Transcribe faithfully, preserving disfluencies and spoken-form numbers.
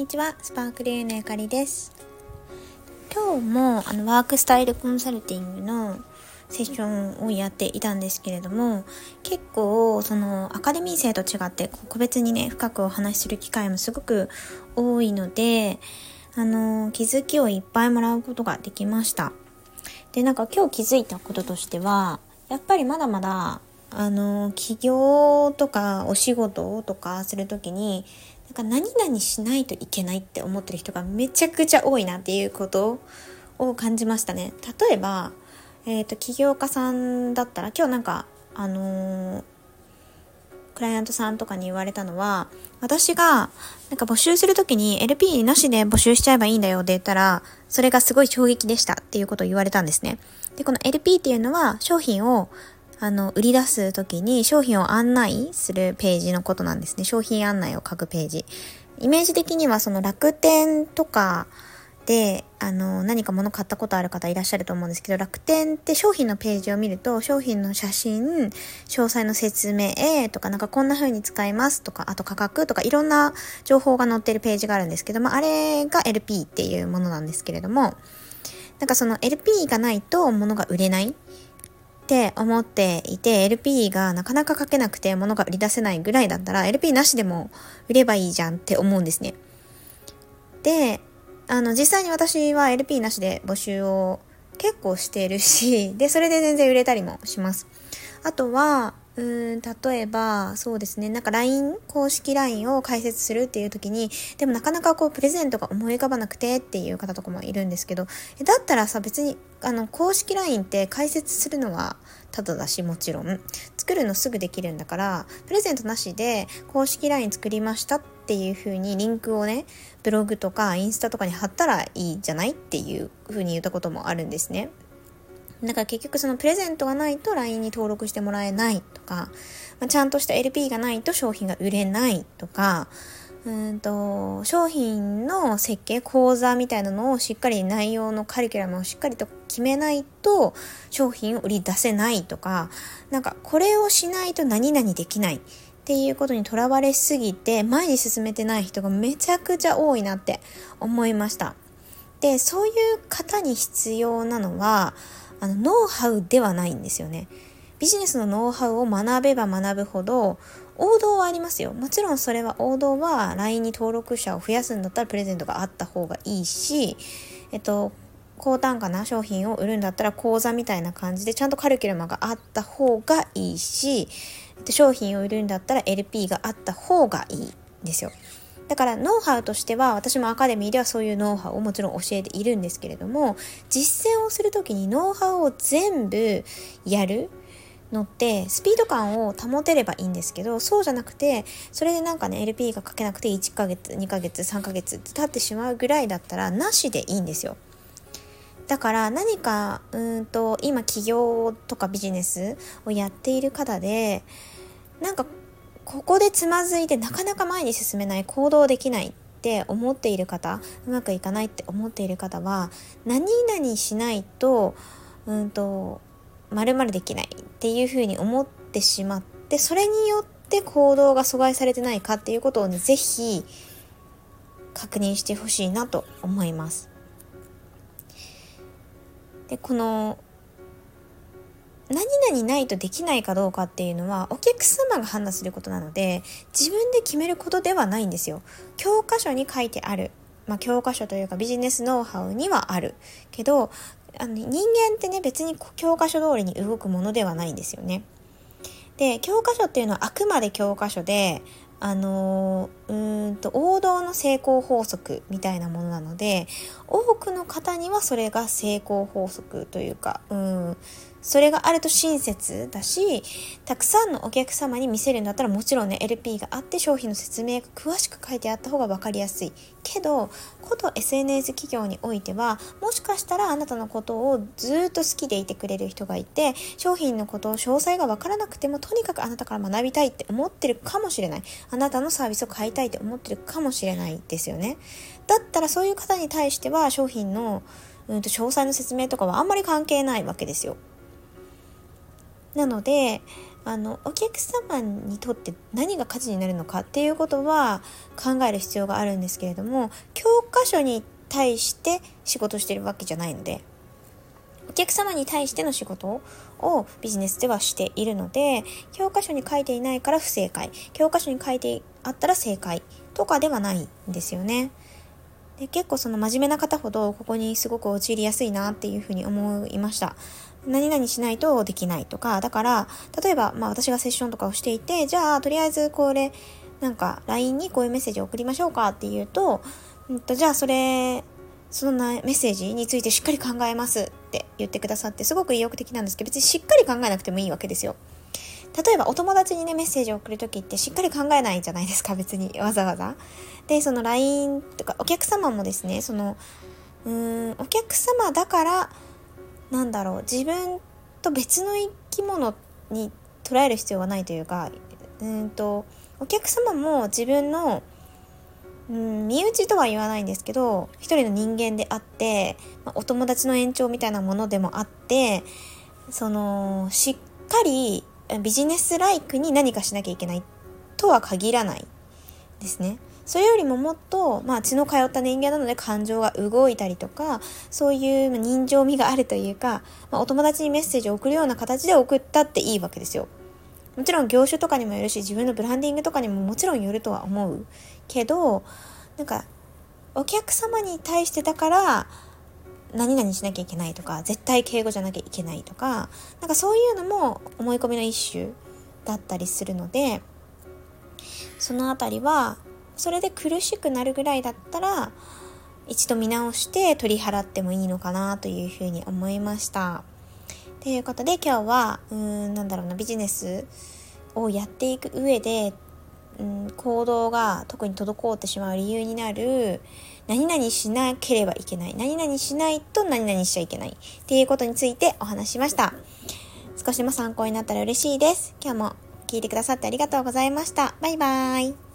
ちは、スパークリーのゆかりです。今日もあのワークスタイルコンサルティングのセッションをやっていたんですけれども、結構そのアカデミー生と違って個別にね深くお話しする機会もすごく多いので、あの気づきをいっぱいもらうことができました。で、なんか今日気づいたこととしては、やっぱりまだまだあの起業とかお仕事とかするときになんか何々しないといけないって思ってる人がめちゃくちゃ多いなっていうことを感じましたね。例えば、えーと、起業家さんだったら今日なんかあのー、クライアントさんとかに言われたのは、私がなんか募集するときに エルピー なしで募集しちゃえばいいんだよって言ったら、それがすごい衝撃でしたっていうことを言われたんですね。で、この エルピー っていうのは商品をあの売り出すときに商品を案内するページのことなんですね。商品案内を書くページ。イメージ的にはその楽天とかであの何か物買ったことある方いらっしゃると思うんですけど、楽天って商品のページを見ると商品の写真、詳細の説明とか、なんかこんな風に使いますとか、あと価格とかいろんな情報が載ってるページがあるんですけども、あれが エルピー っていうものなんですけれども、なんかその エルピー がないと物が売れないって思っていて、 エルピー がなかなか書けなくて物が売り出せないぐらいだったら エルピー なしでも売ればいいじゃんって思うんですね。で、あの実際に私は エルピー なしで募集を結構しているし、でそれで全然売れたりもします。あとはうーん例えばそうですね、なんか ライン 公式 ライン を開設するっていう時に、でもなかなかこうプレゼントが思い浮かばなくてっていう方とかもいるんですけど、だったらさ、別にあの公式 ライン って開設するのはただだし、もちろん作るのすぐできるんだから、プレゼントなしで公式 ライン 作りましたっていう風にリンクをね、ブログとかインスタとかに貼ったらいいじゃないっていう風に言ったこともあるんですね。だから結局そのプレゼントがないと ライン に登録してもらえないとか、まあ、ちゃんとした エルピー がないと商品が売れないとか、うんと商品の設計講座みたいなのをしっかり、内容のカリキュラムをしっかりと決めないと商品を売り出せないとか、なんかこれをしないと何々できないっていうことにとらわれすぎて前に進めてない人がめちゃくちゃ多いなって思いました。で、そういう方に必要なのはあのノウハウではないんですよね。ビジネスのノウハウを学べば学ぶほど王道はありますよ。もちろんそれは王道は ライン に登録者を増やすんだったらプレゼントがあった方がいいし、えっと高単価な商品を売るんだったら講座みたいな感じでちゃんとカリキュラムがあった方がいいし、商品を売るんだったら エルピー があった方がいいんですよ。だからノウハウとしては、私もアカデミーではそういうノウハウをもちろん教えているんですけれども、実践をするときにノウハウを全部やるのってスピード感を保てればいいんですけど、そうじゃなくて、それでなんかね エルピー が書けなくていっかげつにかげつさんかげつって経ってしまうぐらいだったらなしでいいんですよ。だから何かうーんと今起業とかビジネスをやっている方で、なんかここでつまずいてなかなか前に進めない、行動できないって思っている方、うまくいかないって思っている方は、何々しないとうんと〇〇できないっていうふうに思ってしまって、それによって行動が阻害されてないかっていうことをね、ぜひ確認してほしいなと思います。で、この何々ないとできないかどうかっていうのはお客様が判断することなので、自分で決めることではないんですよ。教科書に書いてある、まあ、教科書というかビジネスノウハウにはあるけど、あの人間ってね、別に教科書通りに動くものではないんですよね。で、教科書っていうのはあくまで教科書で、あのー、うーんと王道の成功法則みたいなものなので、多くの方にはそれが成功法則というか、うんそれがあると親切だし、たくさんのお客様に見せるんだったらもちろんね エルピー があって商品の説明が詳しく書いてあった方が分かりやすいけど、こと エスエヌエス 企業においては、もしかしたらあなたのことをずっと好きでいてくれる人がいて、商品のことを詳細が分からなくてもとにかくあなたから学びたいって思ってるかもしれない、あなたのサービスを買いたいって思ってるかもしれないですよね。だったらそういう方に対しては商品のうんと詳細の説明とかはあんまり関係ないわけですよ。なのであのお客様にとって何が価値になるのかっていうことは考える必要があるんですけれども、教科書に対して仕事してるわけじゃないので、お客様に対しての仕事をビジネスではしているので、教科書に書いていないから不正解、教科書に書いてあったら正解とかではないんですよね。で、結構その真面目な方ほどここにすごく陥りやすいなっていうふうに思いました。何々しないとできないとか、だから例えばまあ私がセッションとかをしていて、じゃあとりあえずこれなんか ライン にこういうメッセージを送りましょうかっていうと、うんとじゃあそれそのメッセージについてしっかり考えますって言ってくださって、すごく意欲的なんですけど、別にしっかり考えなくてもいいわけですよ。例えばお友達にねメッセージを送るときってしっかり考えないじゃないですか、別にわざわざ。で、その ライン とかお客様もですね、そのうーんお客様だからなんだろう、自分と別の生き物に捉える必要はないというか、うーんとお客様も自分のうん、身内とは言わないんですけど、一人の人間であって、まあ、お友達の延長みたいなものでもあって、そのしっかりビジネスライクに何かしなきゃいけないとは限らないですね。それよりももっと、まあ、血の通った人間なので感情が動いたりとか、そういう人情味があるというか、まあ、お友達にメッセージを送るような形で送ったっていいわけですよ。もちろん業種とかにもよるし、自分のブランディングとかにももちろんよるとは思うけど、なんかお客様に対してだから何々しなきゃいけないとか、絶対敬語じゃなきゃいけないとか、なんかそういうのも思い込みの一種だったりするので、そのあたりはそれで苦しくなるぐらいだったら一度見直して取り払ってもいいのかなというふうに思いました。ということで今日はうーんなんだろうなビジネスをやっていく上で、うん、行動が特に滞ってしまう理由になる何々しなければいけない、何々しないと何々しちゃいけないっていうことについてお話しました。少しでも参考になったら嬉しいです。今日も聞いてくださってありがとうございました。バイバイ。